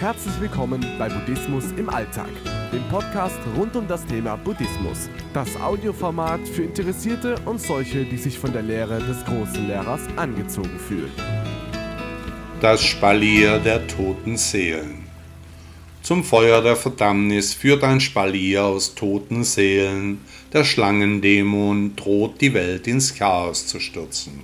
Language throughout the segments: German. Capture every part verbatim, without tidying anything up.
Herzlich willkommen bei Buddhismus im Alltag, dem Podcast rund um das Thema Buddhismus. Das Audioformat für Interessierte und solche, die sich von der Lehre des großen Lehrers angezogen fühlen. Das Spalier der toten Seelen. Zum Feuer der Verdammnis führt ein Spalier aus toten Seelen. Der Schlangendämon droht, die Welt ins Chaos zu stürzen.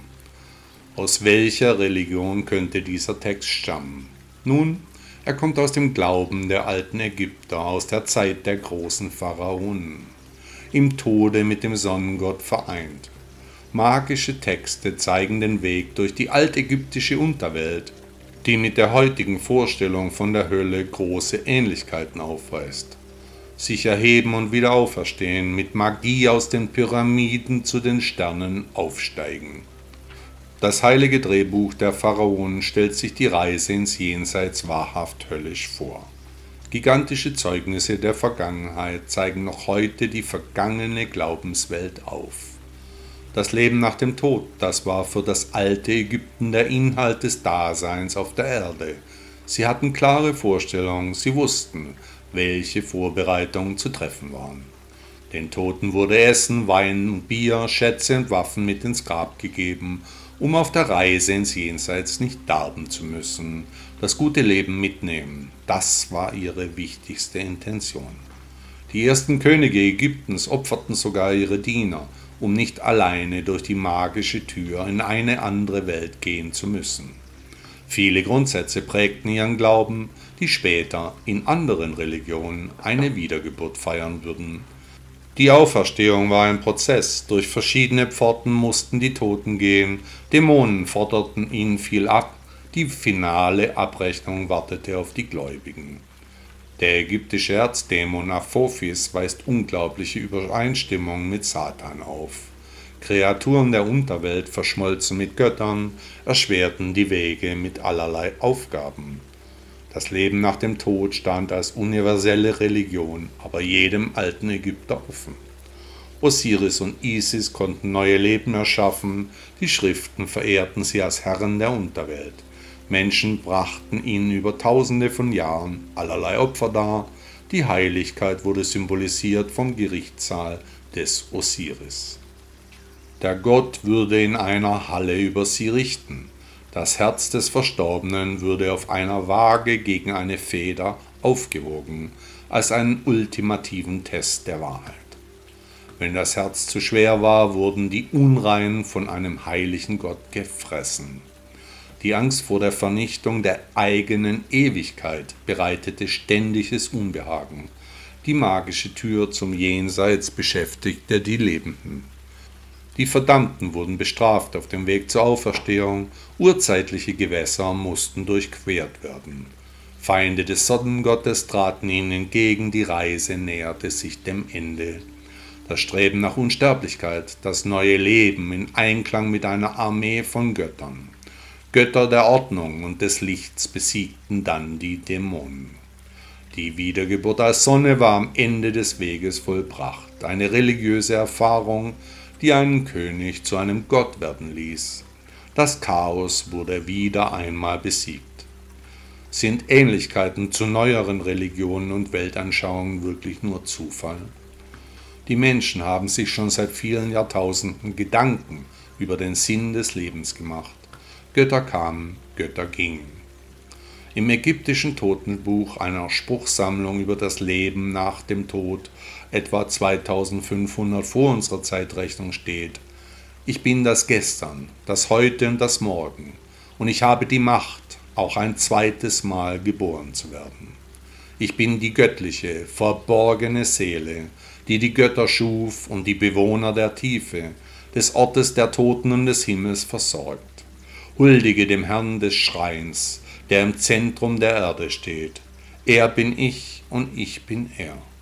Aus welcher Religion könnte dieser Text stammen? Nun, er kommt aus dem Glauben der alten Ägypter, aus der Zeit der großen Pharaonen, im Tode mit dem Sonnengott vereint. Magische Texte zeigen den Weg durch die altägyptische Unterwelt, die mit der heutigen Vorstellung von der Hölle große Ähnlichkeiten aufweist. Sich erheben und wieder auferstehen, mit Magie aus den Pyramiden zu den Sternen aufsteigen. Das heilige Drehbuch der Pharaonen stellt sich die Reise ins Jenseits wahrhaft höllisch vor. Gigantische Zeugnisse der Vergangenheit zeigen noch heute die vergangene Glaubenswelt auf. Das Leben nach dem Tod, das war für das alte Ägypten der Inhalt des Daseins auf der Erde. Sie hatten klare Vorstellungen, sie wussten, welche Vorbereitungen zu treffen waren. Den Toten wurde Essen, Wein und Bier, Schätze und Waffen mit ins Grab gegeben, um auf der Reise ins Jenseits nicht darben zu müssen, das gute Leben mitnehmen. Das war ihre wichtigste Intention. Die ersten Könige Ägyptens opferten sogar ihre Diener, um nicht alleine durch die magische Tür in eine andere Welt gehen zu müssen. Viele Grundsätze prägten ihren Glauben, die später in anderen Religionen eine Wiedergeburt feiern würden. Die Auferstehung war ein Prozess, durch verschiedene Pforten mussten die Toten gehen, Dämonen forderten ihnen viel ab, die finale Abrechnung wartete auf die Gläubigen. Der ägyptische Erzdämon Apophis weist unglaubliche Übereinstimmungen mit Satan auf. Kreaturen der Unterwelt verschmolzen mit Göttern, erschwerten die Wege mit allerlei Aufgaben. Das Leben nach dem Tod stand als universelle Religion, aber jedem alten Ägypter offen. Osiris und Isis konnten neue Leben erschaffen, die Schriften verehrten sie als Herren der Unterwelt. Menschen brachten ihnen über Tausende von Jahren allerlei Opfer dar, die Heiligkeit wurde symbolisiert vom Gerichtssaal des Osiris. Der Gott würde in einer Halle über sie richten. Das Herz des Verstorbenen würde auf einer Waage gegen eine Feder aufgewogen, als einen ultimativen Test der Wahrheit. Wenn das Herz zu schwer war, wurden die Unreinen von einem heiligen Gott gefressen. Die Angst vor der Vernichtung der eigenen Ewigkeit bereitete ständiges Unbehagen. Die magische Tür zum Jenseits beschäftigte die Lebenden. Die Verdammten wurden bestraft auf dem Weg zur Auferstehung, urzeitliche Gewässer mussten durchquert werden. Feinde des Sonnengottes traten ihnen entgegen, die Reise näherte sich dem Ende. Das Streben nach Unsterblichkeit, das neue Leben in Einklang mit einer Armee von Göttern. Götter der Ordnung und des Lichts besiegten dann die Dämonen. Die Wiedergeburt als Sonne war am Ende des Weges vollbracht, eine religiöse Erfahrung, die einen König zu einem Gott werden ließ. Das Chaos wurde wieder einmal besiegt. Sind Ähnlichkeiten zu neueren Religionen und Weltanschauungen wirklich nur Zufall? Die Menschen haben sich schon seit vielen Jahrtausenden Gedanken über den Sinn des Lebens gemacht. Götter kamen, Götter gingen. Im ägyptischen Totenbuch, einer Spruchsammlung über das Leben nach dem Tod, etwa zweitausendfünfhundert vor unserer Zeitrechnung steht: Ich bin das Gestern, das Heute und das Morgen, und ich habe die Macht, auch ein zweites Mal geboren zu werden. Ich bin die göttliche, verborgene Seele, die die Götter schuf und die Bewohner der Tiefe, des Ortes der Toten und des Himmels versorgt. Huldige dem Herrn des Schreins, der im Zentrum der Erde steht. Er bin ich und ich bin er.